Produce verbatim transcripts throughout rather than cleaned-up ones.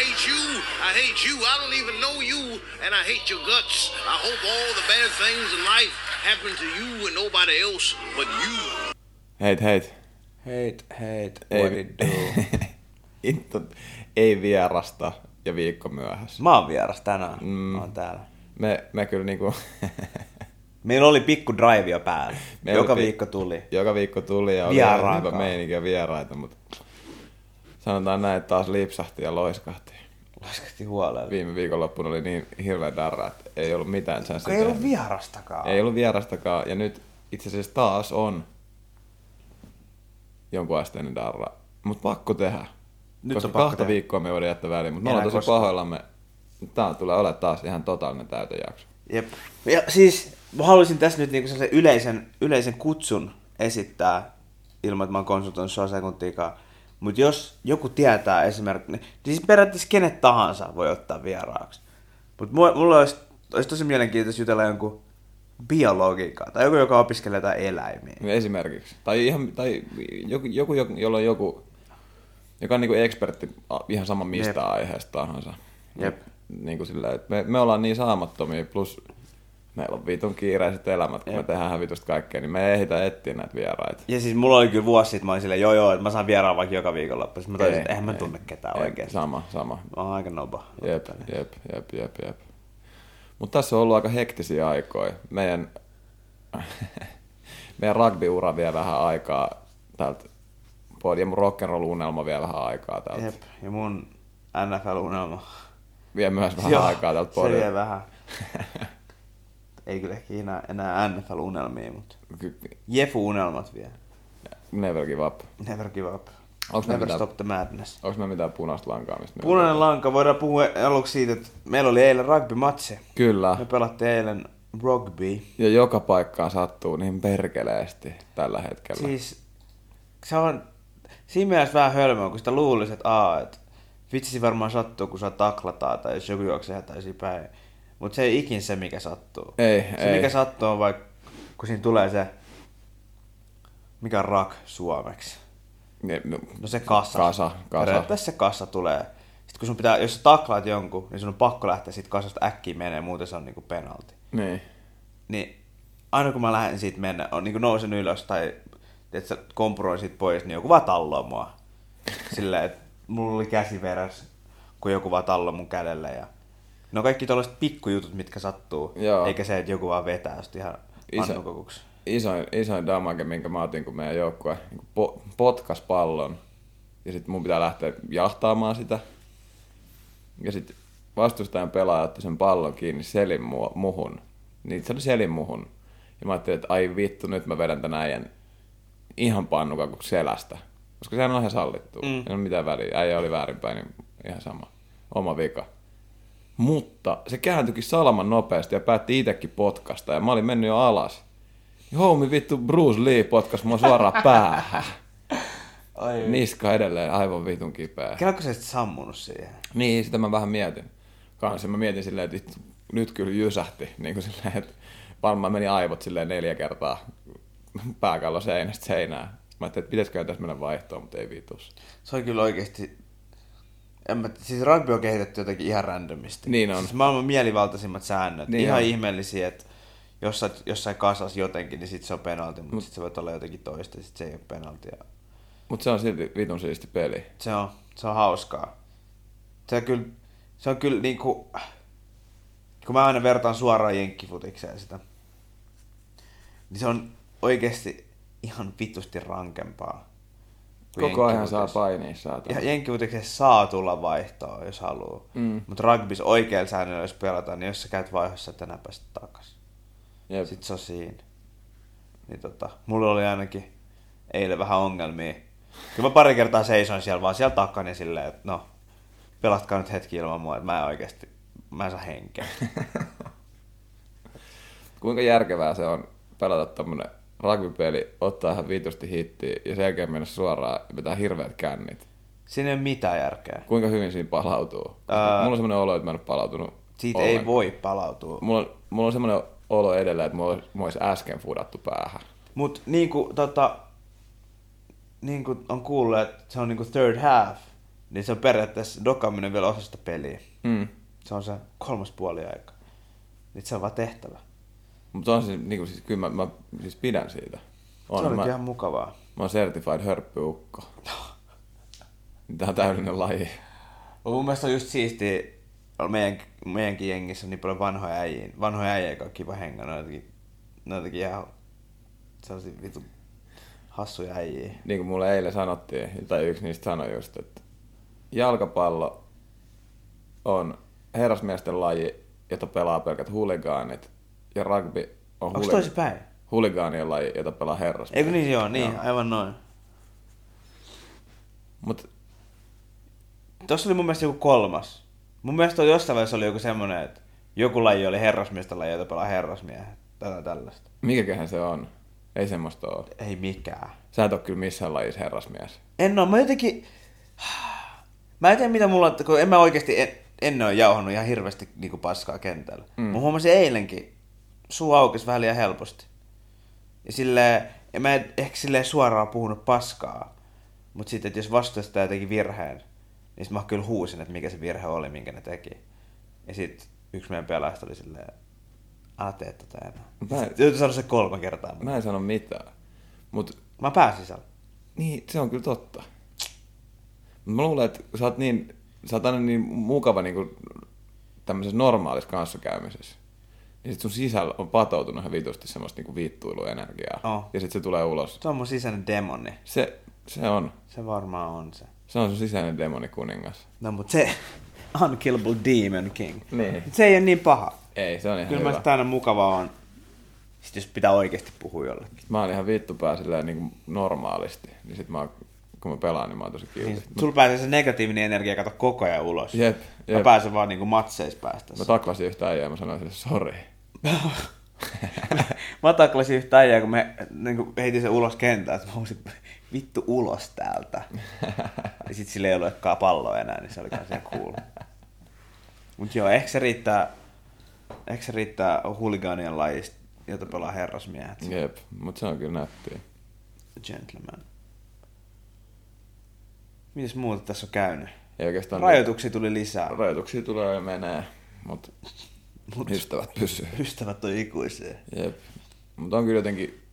hate you. I hate you. I don't even know you. And I hate your guts. I hope all the bad things in life happen to you and nobody else but you. Heit, heit. Heit, heit. Ei, What it do? Itto, ei vierasta ja viikko myöhässä. Mä oon vieras tänään. Mm. Mä oon täällä. Me, me kyllä niinku... Meillä oli pikku drive jo päällä. Meillä Joka oli, viikko tuli. Joka viikko tuli ja oli Vieraakaan. hyvä meininki ja vieraita, mutta sanotaan näin, että taas lipsahti ja loiskahti. Laskettiin huolella. Viime viikonloppuna oli niin hirveä darra, että ei ollut mitään sen Ei ollut vierastakaan. Ei ollut vierastakaan ja nyt itse asiassa taas on jonkun asteinen darra, mutta pakko tehdä. Nyt koska on pakko kahta tehdä. viikkoa me voidaan jättää väliin, mutta me Enää ollaan tosi koskaan. pahoillamme. Tää tulee olemaan taas ihan totaalinen täytejakso. Jep. Ja siis mä haluaisin tässä nyt niinku sellaisen yleisen, yleisen kutsun esittää ilman, että mä oon konsultoinut sua sekuntiikaan. Mutta jos joku tietää esimerkiksi, niin siis periaatteessa kenet tahansa voi ottaa vieraaksi. Mutta mulla olisi, olisi tosi mielenkiintoista jutella jonkun biologiikaa tai joku, joka opiskelee jotain eläimiä. Esimerkiksi. Tai, ihan, tai joku, joku, jolla on joku, joka on niinku ekspertti ihan sama mistä Jep. aiheesta tahansa. Jep. Niin kuin sillä, että me, me ollaan niin saamattomia, plus meillä on vitun kiireiset elämät, kun Jep. me tehdään vitusta kaikkea, niin me ei ehditä etsiä näitä vieraita. Ja siis mulla oli kyllä vuosi sitten, mä olin silleen, joo joo, että mä saan vieraan vaikka joka viikonloppu. Sitten mä toisin, Ei, että eihän mä ei, tunne ketään ei, oikein. Sama, sama. Mä oon aika noba. Jep, jep, jep, jep, jep. Mutta tässä on ollut aika hektisiä aikoja. Meidän, meidän rugby-ura vie vähän aikaa täältä ja mun rock'n'roll-unelma vie vähän aikaa täältä. Jep, ja mun N F L-unelma. Vie myös vähän Joo, aikaa täältä se podilta. vie vähän. Ei kyllä ehkä enää, enää N F L-unelmia, mutta Jefu-unelmat vie. Never give up. Never give up. Onks me Never mitään- stop the madness. Onko me mitään punaista lankaa, mistä me Punainen lanka, voidaan puhua aluksi siitä, että meillä oli eilen rugby-matse. Kyllä. Me pelattiin eilen rugby. Ja joka paikkaan sattuu niin perkeleesti tällä hetkellä. Siis se on siinä mielessä vähän hölmöä, kun sitä luulisi, että aa, että vitsi varmaan sattuu, kun saa taklataan tai jos joku juoksee hätäisiin päin. Mutta se ei ikin se, mikä sattuu. Ei, se, ei. mikä sattuu on vaikka, kun siinä tulee se, mikä on rak suomeksi. Ne, no, No se kasa. Kasa, kasa. Periaatteessa se kasa tulee. Sitten kun sun pitää, jos sä taklaat jonkun, niin sun on pakko lähteä siitä kasasta äkkiä menee, muuten se on niinku penalti. Niin. Niin aina kun mä lähden siitä mennä, on niinku nousen ylös tai että sä kompuroin siitä pois, niin joku vaan talloo mua. Silleen, että mulla oli käsi veräs, kun joku vaan talloo mun kädelle. Ja... Ne on kaikki tollaiset pikkujutut, mitkä sattuu. Joo. Eikä se, että joku vaan vetää sitä ihan Isä- annukokuksi. Isoin, isoin damage, minkä mä otin, kun meidän joukkue niin po, potkas pallon. Ja sitten mun pitää lähteä jahtaamaan sitä. Ja sitten vastustajan pelaaja otti sen pallon kiinni selin mu- muhun. Niin se oli selin muhun. Ja mä ajattelin, että ai vittu, nyt mä vedän tän äijän ihan pannukakuksi selästä. Koska sehän on ihan sallittu. Mm. Ei ole mitään väliä. Äijä oli väärinpäin, niin ihan sama. Oma vika. Mutta se kääntyikin salaman nopeasti ja päätti itsekin potkasta. Ja mä olin mennyt jo alas. Ja houmi vittu Bruce Lee potkas mua suoraan päähän. Ai, Niska edelleen aivan vitun kipeä. Kerroiko sä sit sammunut siihen? Niin, sitä mä vähän mietin. Kanssa mä mietin silleen, että vittu, nyt kyllä jysähti. Niin kuin silleen, että varmaan meni aivot silleen neljä kertaa pääkallo seinästä seinään. Mä ajattelin, että pitäisikö tässä mennä vaihtoon, mutta ei vitus. Se on kyllä oikeesti... En mä, siis rugby on kehitetty jotenkin ihan randomisti. Niin on. Siis maailman mielivaltaisimmat säännöt. Niin ihan on. ihmeellisiä, että jos sä oot jossain kasas jotenkin, niin sit se on penalti, mutta Mut- sit se voi olla jotenkin toista, ja sit se ei ole penalti. Ja Mutta se on silti vitun siisti peli. se on, se on hauskaa. Se on kyllä, se on kyllä niinku... Kun mä aina vertaan suoraan jenkkifutikseen sitä, niin se on oikeesti ihan vitusti rankempaa. kuin Koko ajan saa jenkkifutiksessa. painia saatana. Ja jenkkifutiksessa saa tulla vaihtoa, jos haluaa. Mm. Mutta rugbys oikealla säännöllä, jos pelataan, niin jos sä käyt vaihossa, että enää päästä takas. Jep. Sitten se on siinä. Niin tota, mulla oli ainakin eilen vähän ongelmia. Kyllä mä pari kertaa seisoin siellä vaan siellä takana ja silleen, että no, pelatkaa nyt hetki ilman mua, että mä en oikeesti, mä en saa henkeä. Kuinka järkevää se on pelata tommonen rugbypeli, ottaa ihan vitusti hittiä ja sen jälkeen mennä suoraan ja vetää hirveät kännit. Siinä ei ole mitään järkeä. Kuinka hyvin siinä palautuu? Ää... Mulla on semmoinen olo, että mä en ole palautunut Siitä ollenkaan. ei voi palautua. Mulla on, mulla on semmoinen olo edelleen, että mulla olisi, mulla olisi äsken fudattu päähän. Mut niinku tota, niinku on kuullut, että se on niinku third half, niin se on periaatteessa dokaaminen vielä osa sitä peliä. Mm. Se on se kolmas puoli aika. Nyt se on vaan tehtävä. Mutta on siis, niinku, siis kyllä mä, mä siis pidän siitä. On, se on mä, ihan mukavaa. Mä oon certified hörppyukko. Tää on täydellinen laji. Mun mielestä on just siistiä, meidän, meidänkin jengissä on niin paljon vanhoja äijiä. Vanhoja äijiä, joka on kiva hengaa. Ne on jotenkin, ne on jotenkin ihan sellaisia vitu hassuja äijiä. Niin kuin mulle eilen sanottiin, tai yksi niistä sanoi just, että jalkapallo on herrasmiesten laji, jota pelaa pelkät huligaanit, ja rugby on Onko toisinpäin? huligaanien laji, jota pelaa herrasmiehet. Eikö niin joo, niin, joo. Aivan noin. Mut tuossa oli mun mielestä joku kolmas. Mun mielestä jossain vaiheessa oli joku semmonen, että joku laji oli herrasmiesten laji, jota pelaa herrasmiehet. Tätä tällaista. mikäköhän se on? Ei semmoista oo. Ei mikään. Sä et oo kyllä missään lajissa herrasmies. En oo, mä jotenkin... Mä en tiedä mitä mulla on, kun en mä oikeesti en, ennen ole jauhannut ihan hirveästi niinku paskaa kentällä. Mm. Mä huomasin eilenkin, suu aukesi vähän liian helposti. Ja silleen, en mä ehkä silleen suoraan puhunut paskaa. Mut sitten, että jos vastustaja teki virheen, niin sit mä kyllä huusin, että mikä se virhe oli, minkä ne teki. Ja sit yksi meidän pelaajista oli silleen, älä tee tätä enää. Mä en, Joutui sanoa se kolme kertaa. mä en sano mitään. Mut Mä pääsin sisällä. niin, se on kyllä totta. Mut mä luulen, että sä oot, niin, sä oot aina niin mukava niinku tämmöisessä normaalissa kanssakäymisessä. Niin sit sun sisällä on patoutunut ihan vitusti semmoista niinku viittuiluenergiaa. Oh. Ja sit se tulee ulos. Se on mun sisäinen demoni. Se, se on. Se varmaan on se. Se on sun sisäinen demonikuningas. No mut se Unkillable Demon King. Niin. Se ei ole niin paha. Ei, se on ihan Kyllä hyvä. mä sitä aina mukavaa on. Sitten jos pitää oikeasti puhua jollekin. Mä oon ihan vittupää silleen niinku normaalisti. Niin sit mä oon, kun mä pelaan, niin mä oon tosi kilti. Niin, sulla pääsee se negatiivinen energia kato koko ajan ulos. Jep, jep. Mä pääsen vaan niinku matseissa päästä. Mä taklasin yhtä äijää ja mä sanoin sille sori. Mä taklasin yhtä äijää, kun me niin heitin sen ulos kentältä. Mä huusin, vittu ulos täältä. Ja sit sillä ei ollut ekkaa palloa enää, niin se oli kans ihan cool. Mut joo, ehkä se riittää, ehkä se riittää huligaanien lajista, jota pelaa herrasmiehet. Jep, mut se on kyllä nättiä. Gentleman. Mitäs muuta tässä on käynyt? Ei oikeastaan Rajoituksia tuli lisää. Rajoituksia tulee ja menee, mut, Mut ystävät pysyy. Ystävät on ikuisia. Jep. Mut on kyllä jotenkin...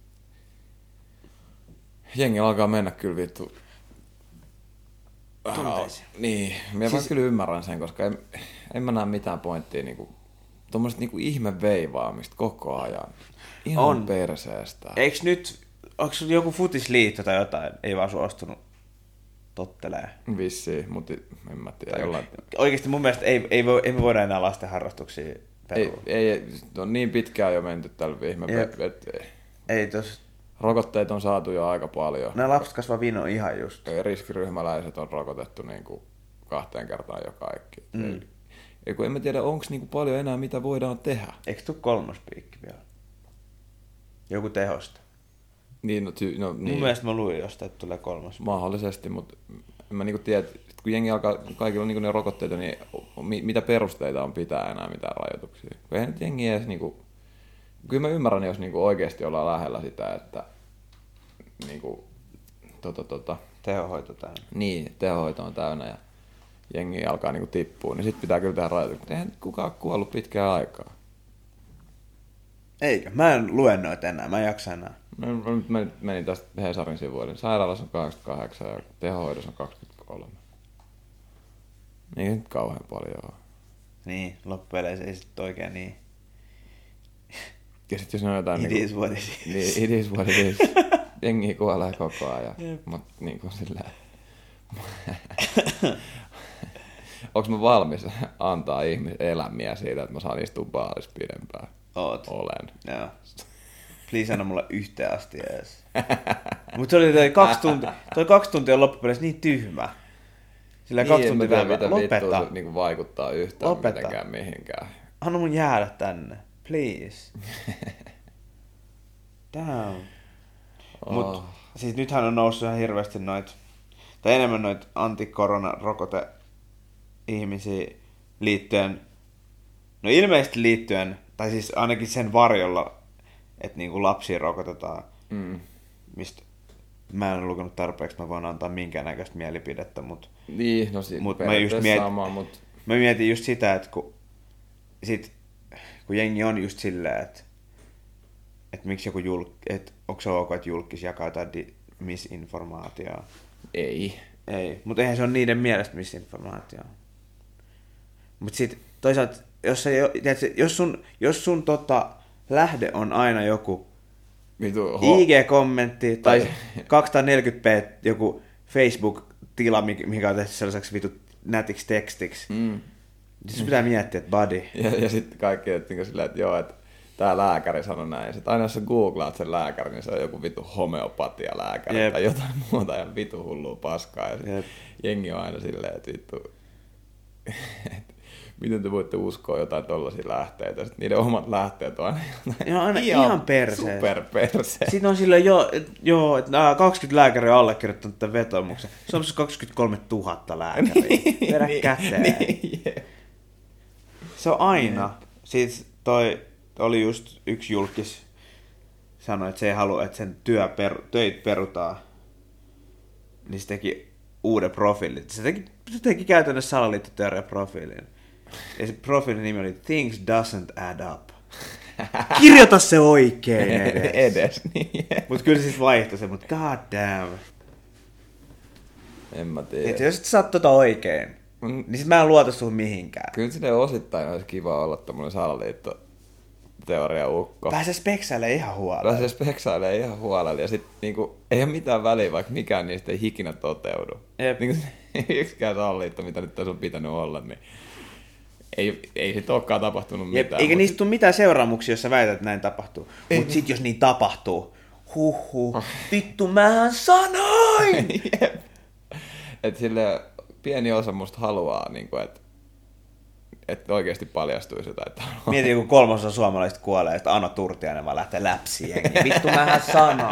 Jengi alkaa mennä kyllä vittu... Tunteisiin. Niin, mä siis... kyllä ymmärrän sen, koska en, en mä näe mitään pointtia niinku... Tuommoista niinku ihme veivaamista koko ajan. Ihan on perseestä. Eiks nyt... Onko sulla joku futisliitto tai jotain? Ei vaan suostunut tottelee. Vissiin, mutta en mä tiedä. Jollain... Oikeesti mun mielestä ei, ei, voi, ei me voida enää lasten harrastuksia perua. Ei, ei, on niin pitkään jo menty tällä ihme. Et, et, ei tos... Rokotteita on saatu jo aika paljon. Nämä lapset kasvaa vinoon ihan just. Riskiryhmäläiset on rokotettu niin kuin kahteen kertaan jo kaikki. Mm. Ei, kun en mä tiedä, onko niin kuin paljon enää mitä voidaan tehdä. Eikö tuu kolmas piikki vielä? Joku tehosta. Niin, no, ty, no, Mun niin. mielestä mä luin jostain, että tulee kolmas. Mahdollisesti, mutta en mä niinku tiedä, että kun jengi alkaa, kaikilla on niinku ne rokotteita, niin mitä perusteita on pitää enää mitään rajoituksia. Kun eihän nyt jengi edes niinku... Kyllä mä ymmärrän, jos niinku oikeasti ollaan lähellä sitä, että niinku... Tota, tota, Tehohoito täynnä. niin, tehohoito on täynnä ja jengi alkaa niinku tippua, niin sit pitää kyllä tehdä rajoituksia. Eihän kukaan kuollut pitkään aikaa. Eikö? Mä en luennoit enää, mä en jaksa enää. Mä nyt menin, menin tästä Hesarin sivuille. Sairaalassa on kahdeksankymmentäkahdeksan ja tehohoidossa on kaksikymmentäkolme. Niin nyt kauhean paljon on. Niin, loppupeleissä ei sit oikein niin. Ja sit jos on jotain... It niinku, is what it is. Niin, it is what it is. Jengi kuolee koko ajan. Mut niinku silleen... Onks mä valmis antaa ihmis elämiä siitä, että mä saan istua baarissa pidempään? Oot. Olen. Joo. Please anna mulle yhteen asti edes. Mut se oli toi kaksi tuntia, toi kaksi tuntia on loppupeleissä niin tyhmä. Sillä niin, kaksi tuntia vähän mitä lopeta. vittua se niinku vaikuttaa yhtään Lopeta. mitenkään mihinkään. Anna mun jäädä tänne. Please. Damn. Oh. Mut siis nythän on noussut ihan hirveästi noit, tai enemmän noit antikoronarokote ihmisiä liittyen, no ilmeisesti liittyen, tai siis ainakin sen varjolla, että niinku lapsia rokotetaan, Mm. mistä mä en ole lukenut tarpeeksi, mä voin antaa minkäännäköistä mielipidettä, mutta Niin, no siinä mut mä, just mietin, sama, mut... mä mietin just sitä, että kun, sit, kun jengi on just silleen, että että miksi joku julk... että onko se ok, että julkis jakaa jotain di- misinformaatiota. Ei. Ei, mutta eihän se ole niiden mielestä misinformaatiota. Mutta sitten toisaalta, jos, se, tiedätkö, jos sun, jos sun tota, lähde on aina joku Vitu, ho- I G-kommentti tai kaksisataaneljäkymmentä p joku Facebook-tila, mikä on tehty sellaiseksi vitu nätiksi tekstiksi, Mm. siis pitää miettiä, että buddy. Ja, ja sitten kaikki, että, niin silleen, että joo, että tää lääkäri sanoi näin. Sitten aina jos sä googlaat sen lääkärin, niin se on joku vitu homeopatia-lääkäri Jep. tai jotain muuta ja vitu hullua paskaa. Ja sit Jep. jengi on aina silleen, että vittu, että miten te voitte uskoa jotain tollaisia lähteitä. Sitten niiden omat lähteet on aina jotain Ja aina ihan perseestä. superperseestä. Sitten on silleen, joo, et, joo että nämä kaksikymmentä lääkäriä on allekirjoittanut tämän vetomuksen. Se on kaksikymmentäkolmetuhatta lääkäriä. Vedä niin, käteen. niin, jep. Se on aina. Siis toi oli just yksi julkis sanoi, että se ei halua, että sen työ per, töit perutaan. Niin se teki uuden profiilin. Se teki, se teki käytännössä salaliittoteoria profiilin. Ja se profiilin nimi oli Things Doesn't Add Up. Kirjoita se oikein edes. Edes, niin. Mut kyllä se sit vaihtoi se, mut god damn. En mä tiedä. Et jos et sä oot tota oikein, Mm. niin sit mä en luota suhun mihinkään. Kyllä sinne osittain olisi kiva olla tämmönen salaliittoteoria-ukko. Pääsee speksäilemään ihan huolella. Pääsee speksailemaan ihan huolella ja sit niinku, ei ole mitään väliä, vaikka mikään niistä ei ikinä toteudu. Jep. Niinku, yksikään salaliitto, mitä nyt tässä on pitänyt olla, niin ei, ei sit olekaan tapahtunut Jep, mitään. eikä mut- niistä tule mitään seuraamuksia, jos sä väität, että näin tapahtuu. Mut sit jos niin tapahtuu, huhhuh, vittu mähän sanoin! Jep. Et sille pieni osa musta haluaa, niinku, että et oikeesti paljastuisi jotain. Mieti, joku kolmasosa suomalaisista kuolee, että Ano Turtiainen vaan lähtee läpsiin jengiä. Vittu mähän sanoin.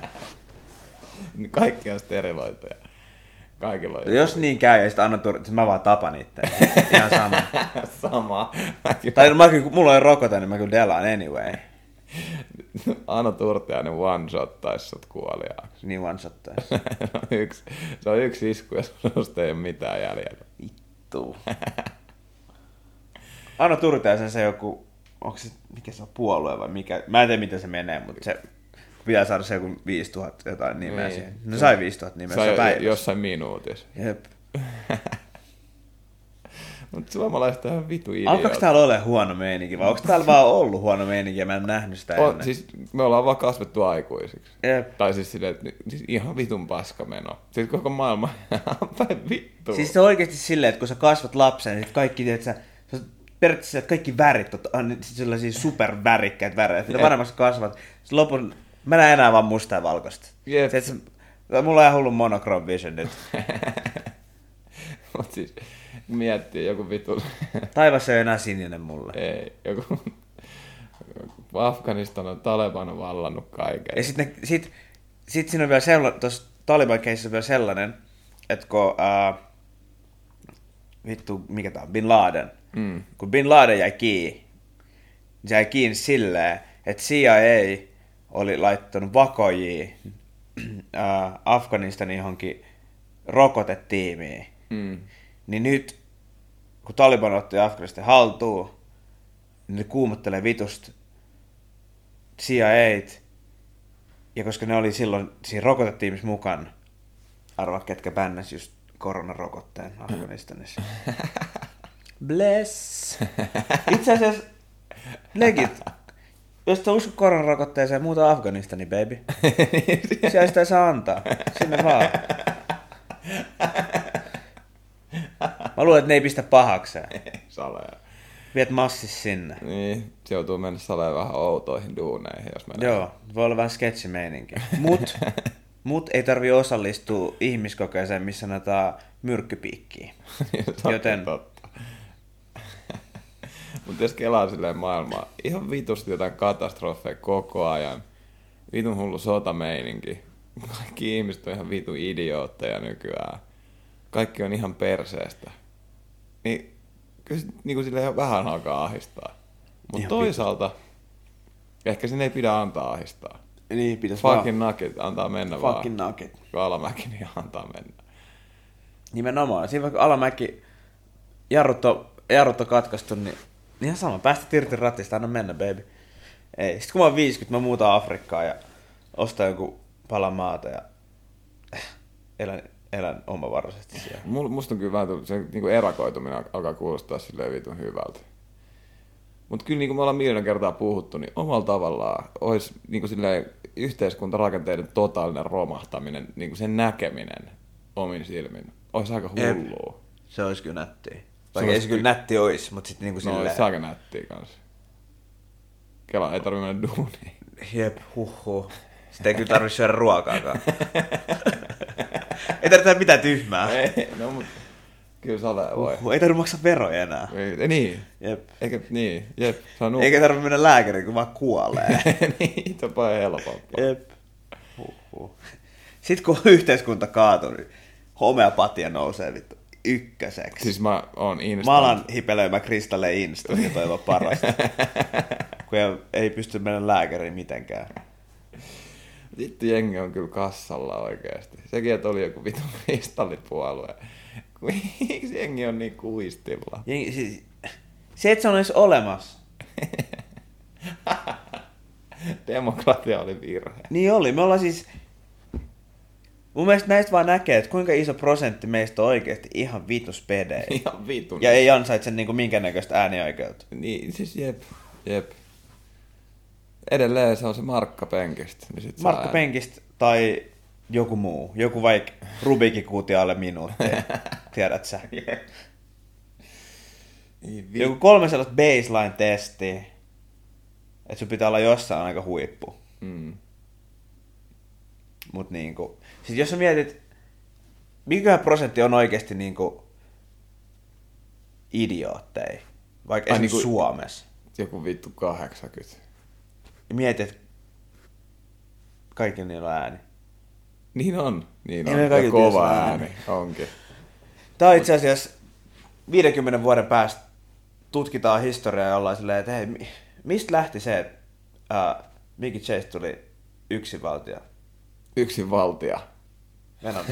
Kaikki on steriloituja. Kaikilla on Jos niin käy, ja sitten Ano Turtiainen, mä vaan tapan itse. Ihan sama. sama. Mäkin- Tai mä kyllä, mulla on rokote, niin mä kyllä delaan anyway. Ano Turtiainen one-shottaisi sut kuoliaaksi. Niin one shottais. Se on yksi, se on yksi isku ja susta ei ole mitään jäljellä. Vittu. Ano Turtiaisen se joku, onko se, mikä se on, puolue vai mikä, mä en tiedä miten se menee, mutta se pitää saada se joku viisituhatta jotain nimeä Niin. siihen. No sai viisituhatta nimeä Se on päivässä. jossain minuutissa. Jep. Mutta suomalaiset on ihan vitu idioot. Alkaako täällä ole huono meininki vai onko täällä vaan ollut huono meininki ja mä en nähnyt sitä ennen? On, siis me ollaan vaan kasvettu aikuisiksi. Jep. Tai siis silleen, että siis ihan vitun paskameno. Siis koko maailma on päin vittu. Siis se on oikeasti silleen, että kun sä kasvat lapsen, niin sit kaikki, tiedät sä, sä oot periaatteessa että kaikki värit on, on sit sellaisia supervärikkäitä värejä. Mitä Jep. varmasti kasvat, sit lopun, mä näen enää vaan mustaa ja valkoista. Jep. Tiedät sä, mulla on ihan hullu monochrome vision nyt. Mut siis miettii joku vitu... Taivas ei ole enää sininen mulle. ei, joku... Afganistan on Taleban on vallannut kaiken. Ja sitten sit, sit siinä on vielä sellainen, tuossa Taliban-keississä on vielä sellainen, että kun, ää, vittu, mikä tää on, Bin Laden, Mm. kun Bin Laden jäi kiinni, niin se jäi kiinni silleen, että C I A oli laittanut vakojia ää, Afganistanin johonkin rokotetiimiin, Mm. niin nyt, kun Taliban otti Afganistan haltuun, niin ne kuumottelee vitusta C I A:t, ja koska ne oli silloin siinä rokotetiimissä mukana, arvaa ketkä bännäs just koronarokotteen Afganistanissa. Bless. Itse asiassa, legit, jos sä uskot koronarokotteeseen, muuta Afganistani, baby. Siellä sitä ei saa antaa. Sinne vaan. Mä luulen, että ne ei pistä pahakseen. Saleja. Viet massis sinne. Niin, se joutuu mennä saleen vähän outoihin duuneihin, jos menee. Joo, voi olla vähän sketchimeininki. Mut, mut ei tarvi osallistua ihmiskokeeseen, missä annetaan myrkkypiikkiä. Totta, Joten- totta. Mutta jos kelaa silleen maailmaa, ihan vitusti jotain katastrofeja koko ajan. Vitun hullu sotameininki. Kaikki ihmiset on ihan vitun idiootteja nykyään. Kaikki on ihan perseestä. Niin kyllä sit niinku silleen vähän alkaa ahistaa. Mutta Ihan toisaalta ehkä sinne ei pidä antaa ahistaa. Niin, pitäis Fucking nugget, antaa mennä vaan. Fucking nugget. Kun Alamäki, niin antaa mennä. Nimenomaan. Siinä vaikka Alamäki jarrut on, jarrut on katkaistu, niin ihan sama. Päästä irti ratista, anna mennä, baby. Ei. Sitten kun mä oon viisikymmentä, mä muutan Afrikkaan ja ostan joku pala maata ja elän, elän omavaraisesti siellä. Musta on kyllä vähän tullut, se niin kuin erakoituminen alkaa kuulostaa silleen vitun hyvältä. Mutta kyllä niin kuin me ollaan miljoona kertaa puhuttu, niin omalla tavallaan olisi niin kuin silleen yhteiskuntarakenteiden totaalinen romahtaminen, niin kuin sen näkeminen omin silmin, olisi aika hullua. Jep. Se olisi kyllä nättiä. Vaikka ei se kyllä nätti olisi, mutta sitten niinku no, silleen... No, olisi aika nättiä kanssa. Kela ei tarvitse mennä duuniin. Jep, huhhuh. Sitten ei kyllä tarvitse syödä ruokaakaan. Ei tarvitse mitään tyhmää. Ei, no mutta kyllä sale voi. Uhuh, ei tarvitse maksaa veroja enää. Ei, niin. Jep. Eikä, niin, jep. Sanu... Eikä tarvitse mennä lääkäriin, kun vaan kuolee. Niin, se on paljon helpompaa. Jep. Huhhuh. Sitten kun instant... kaatuu, niin homeopatia nousee vittu ykköseksi. Siis mä oon instant. Mä alan hipelöimään kristalleen instant ja toivon parasta. Kun ei pysty mennä lääkäriin mitenkään. Vittu jengi on kyllä kassalla oikeesti. Sekin, että oli joku vitun kristallipuolue. Miksi jengi on niin kuistilla? Jengi, siis, se, että se on edes olemassa. Demokratia oli virhe. Niin oli. Me ollaan siis... Mun mielestä näistä vaan näkee, että kuinka iso prosentti meistä on oikeasti ihan vitus pedejä. Ihan vitun. Ja ei ansaitse niinku minkäännäköistä äänioikeutta. Niin, siis jep, jep. Edelleen se on se Markka Penkistä. Niin sit Markka Penkistä tai joku muu. Joku vaikka Rubikin kuuti alle minuuttia. Tiedät sä. Yep. Joku kolme sellaista baseline-testiä. Että sun pitää olla jossain aika huippu. Mm. Mut niinku... Siis jos sä mietit, mikä prosentti on oikeesti niinku idiootteja, vaikka esimerkiksi niinku, Suomessa. Joku vittu kahdeksankymmentä. Ja mietit, että kaikilla niillä on ääni. Niin on, niin Ei on. meillä Ja kova ääni. ääni, onkin. Tää on itse asiassa viidenkymmenen vuoden päästä tutkitaan historiaa ja ollaan silleen, että hei, mistä lähti se, että uh, Mickey Chase tuli yksinvaltia? Yksin valtia. Venäjä.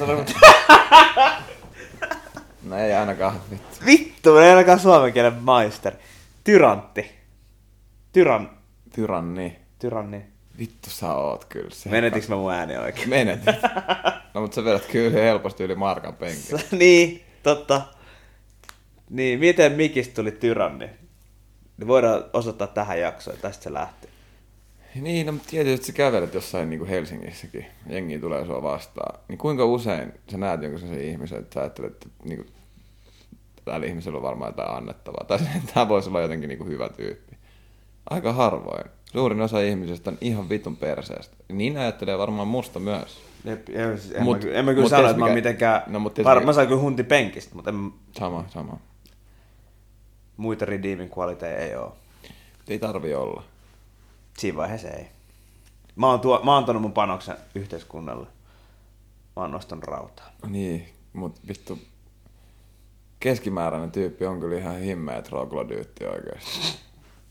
No ei ainakaan vittu. Vittu, ei ainakaan suomen kielen maister. Tyrantti. Tyran... Tyranni. Tyranni. Vittu sä oot kyllä se. Menetikö mä mun ääni oikein? Menetit. No mutta sä vedät kyllä helposti yli Markan penkin. Niin, totta. Niin, miten Mikistä tuli tyranni? Niin voidaan osoittaa tähän jaksoon, tästä se lähti. Niin, no mutta tietysti sä kävelet jossain niin kuin Helsingissäkin, jengi tulee sua vastaan. Niin kuinka usein sä näet jonkun sellaisen ihmisen, että sä ajattelet, että niin kuin, tällä ihmisellä on varmaan jotain annettavaa. Tai tämä voisi olla jotenkin niin kuin hyvä tyyppi. Aika harvoin. Suurin osa ihmisistä on ihan vitun perseestä. Niin ajattelee varmaan musta myös. Jep, en, en, Mut- mä, en mä kyllä mut sano, ties että mä oon mikä- mitenkään... no, mut ties var, mikä- mä sain kyllä hunti penkistä, mutta en, Sama, sama. muita redeeming qualiteja ei oo. Ei tarvi olla. Siinä vaiheessa ei. Mä oon, tuo, mä oon antanut mun panoksen yhteiskunnalle. Mä oon nostanut rautaa. Niin, mut vittu keskimääräinen tyyppi on kyllä ihan himmeä troglodyytti oikeesti.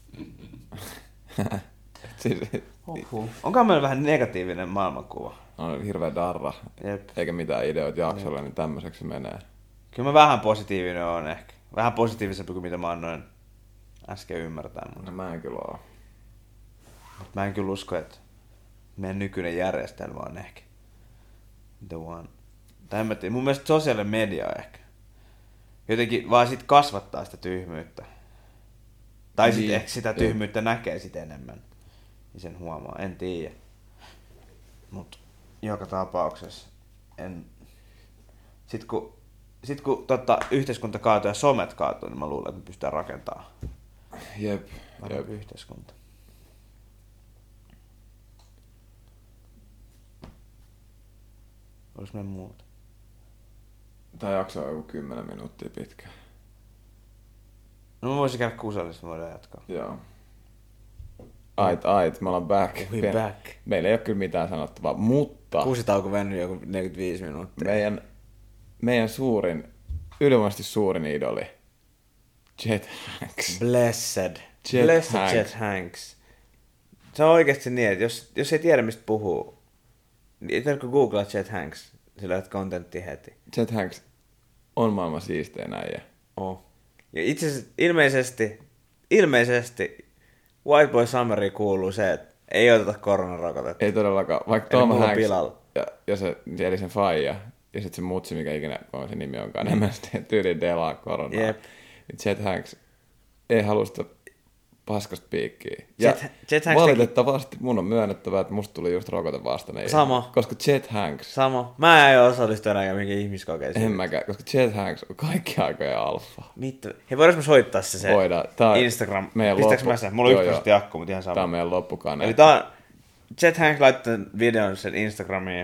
siis, Uhuh. Onkohan meillä vähän negatiivinen maailmankuva? on hirveä darra. Jep. Eikä mitään ideoita jaksolle, niin tämmöiseksi se menee. Kyllä mä vähän positiivinen on ehkä. Vähän positiivisempi kuin mitä mä annoin äsken ymmärtää. Mutta No mä en kyllä oo. mut mä en kyllä usko, että meidän nykyinen järjestelmä on ehkä the one. Tai en mä tiedä. Mun mielestä sosiaalinen media on ehkä. Jotenkin vaan sit kasvattaa sitä tyhmyyttä. Tai sit Niin. ehkä sitä tyhmyyttä näkee sit enemmän. Niin sen huomaa. En tiedä. Mut joka tapauksessa en... Sit kun, sit kun tota, yhteiskunta kaatuu ja somet kaatuu, niin mä luulen, että me pystytään rakentamaan Jep, jep. parempi yhteiskunta. Olis meidän muuta? Tää jakso on joku kymmenen minuuttia pitkä. No mä voisin käydä kusellista, me voidaan jatkaa. Joo. Ait, ait, me ollaan back. We Pien- back. Meillä ei ole kyllä mitään sanottavaa, mutta Kuusitauko vennyt joku neljäkymmentäviisi minuuttia. meidän, meidän suurin, ylivoimaisesti suurin idoli, Chet Hanks. Blessed. Chet Blessed Hanks. Chet Hanks. Se on oikeasti niin, että jos, jos ei tiedä mistä puhuu, niin ei tarvitse googlaa Chet Hanks, sillä löydät kontenttia heti. Chet Hanks on maailman siistein äijä. Oh. Ja itse asiassa ilmeisesti, ilmeisesti White Boy Summeriin kuuluu se, että ei oteta koronarokotetta. Ei todellakaan, vaikka Tom Hanks pilalla. ja, ja se, eli sen faija, ja sitten se mutsi, mikä ikinä on se nimi onkaan, enemmän sitten tyyli delaa koronaa. Jep. Niin Chet Hanks ei halua sitä paskasta piikkiä. Ja Chet, Chet Hanks valitettavasti teki... mun on myönnettävä, että musta tuli just rokote vastainen. Sama. Koska Chet Hanks... Sama. Mä en osallistu enää mihinkään ihmiskokeisiin. En mäkään, koska Chet Hanks on kaikki aikojen alfa. Mitä? Hei, voidaanko me soittaa se se Voidaan. Tää on Instagram? meidän Pistääks loppu... mä sen? Mulla on yksi prosentti akku, mutta ihan sama. Tää on meidän loppukaneetti. Eli tää on... Chet Hanks laittoi videon sen Instagramiin.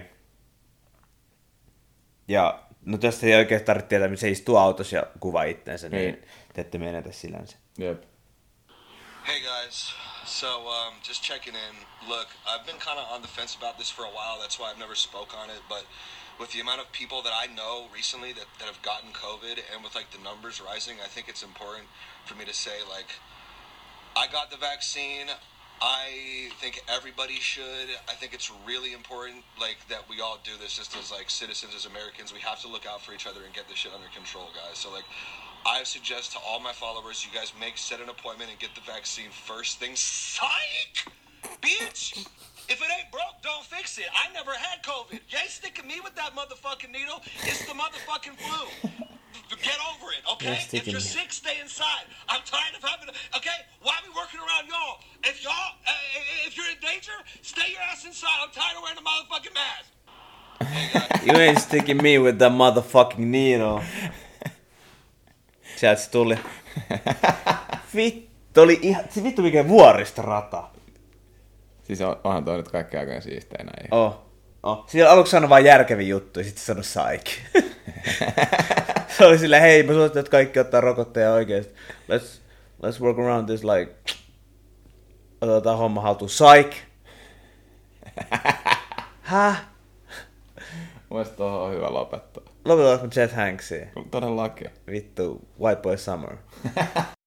Ja no tästä ei oikein tarvitse tietää, missä se istuu autossa ja kuvaa itteensä, niin, niin te ette menetä sillänsä. Jep. Hey guys, so um, just checking in. Look, I've been kind of on the fence about this for a while. That's why I've never spoke on it. But with the amount of people that I know recently that, that have gotten COVID, and with like the numbers rising, I think it's important for me to say like, I got the vaccine. I think everybody should. I think it's really important, like, that we all do this just as like citizens, as Americans. We have to look out for each other and get this shit under control, guys. So like, I suggest to all my followers, you guys make set an appointment and get the vaccine first thing. Psych, bitch. If it ain't broke, don't fix it. I never had COVID. You ain't sticking me with that motherfucking needle. It's the motherfucking flu. Get over it, okay? If you're sick, stay inside. I'm tired of having to, okay? Why be working around y'all? If y'all, uh, if you're in danger, stay your ass inside. I'm tired of wearing a motherfucking mask. You ain't sticking me with that motherfucking needle. Sieltä se tuli. Vittu, oli ihan, se vittu mikä vuoristorata. Siis on, onhan toi nyt kaikki aikojen siisteinä. Oh, oh. Siinä aluksi sanoi vaan järkeviä juttuja, sitten sanoi saik. Se oli silleen, hei, mä suosittelen, että kaikki ottaa rokotteja oikeesti. Let's, let's work around this like, otetaan homma haltuun. Saik. Häh? Mielestäni tuohon on hyvä lopettaa. Lopetetaanko Chet Hanksia? Todellakin. Vittu, White Boy Summer.